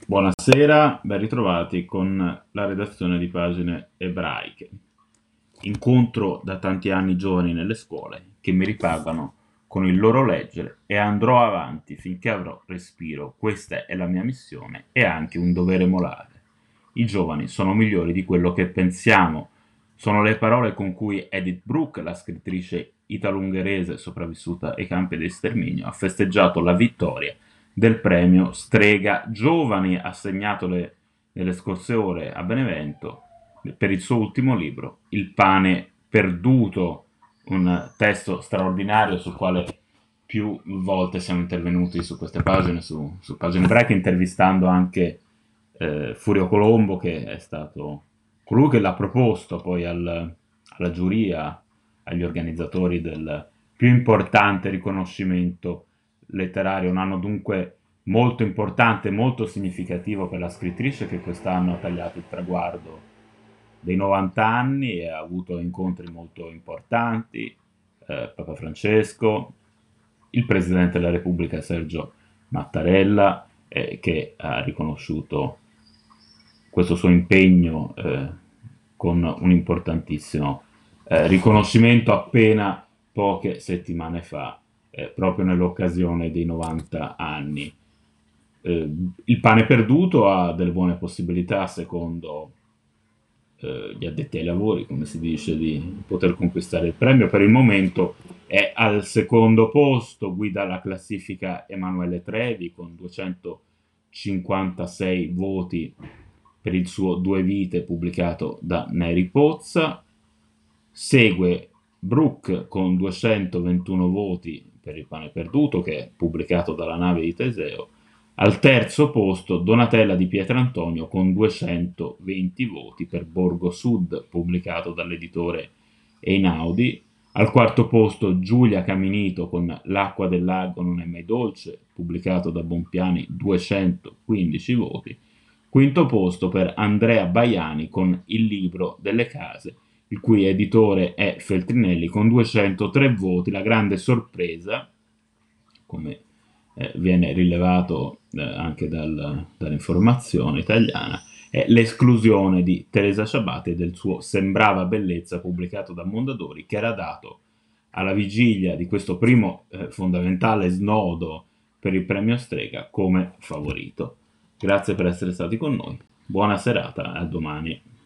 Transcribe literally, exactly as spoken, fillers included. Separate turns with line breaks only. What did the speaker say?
Buonasera, ben ritrovati con la redazione di Pagine Ebraiche. Incontro da tanti anni giovani nelle scuole che mi ripagano con il loro leggere e andrò avanti finché avrò respiro. Questa è la mia missione e anche un dovere morale. I giovani sono migliori di quello che pensiamo. Sono le parole con cui Edith Bruck, la scrittrice italo-ungherese sopravvissuta ai campi di sterminio, ha festeggiato la vittoria del premio Strega Giovani, assegnatole nelle scorse ore a Benevento per il suo ultimo libro, Il pane perduto, un testo straordinario sul quale più volte siamo intervenuti su queste pagine, su, su Pagine Ebraiche, intervistando anche eh, Furio Colombo, che è stato colui che l'ha proposto poi al, alla giuria, agli organizzatori del più importante riconoscimento letterario, un anno dunque molto importante, molto significativo per la scrittrice, che quest'anno ha tagliato il traguardo dei novanta anni e ha avuto incontri molto importanti, eh, Papa Francesco, il Presidente della Repubblica Sergio Mattarella, eh, che ha riconosciuto questo suo impegno eh, con un importantissimo eh, riconoscimento appena poche settimane fa, eh, proprio nell'occasione dei novanta anni. Eh, il pane perduto ha delle buone possibilità, secondo eh, gli addetti ai lavori, come si dice, di poter conquistare il premio. Per il momento è al secondo posto, guida la classifica Emanuele Trevi con duecentocinquantasei voti per il suo Due vite pubblicato da Neri Pozza. Segue Bruck con duecentoventuno voti per il pane perduto, che è pubblicato dalla Nave di Teseo. Al terzo posto Donatella di Pietrantonio con duecentoventi voti per Borgo Sud, pubblicato dall'editore Einaudi. Al quarto posto Giulia Caminito con L'acqua del lago non è mai dolce, pubblicato da Bompiani, duecentoquindici voti. Quinto posto per Andrea Baiani con Il libro delle case, il cui editore è Feltrinelli, con duecentotre voti. La grande sorpresa, come eh, viene rilevato eh, anche dal, dall'informazione italiana, è l'esclusione di Teresa Ciabatti e del suo Sembrava bellezza, pubblicato da Mondadori, che era dato alla vigilia di questo primo eh, fondamentale snodo per il premio Strega come favorito. Grazie per essere stati con noi, buona serata, a domani.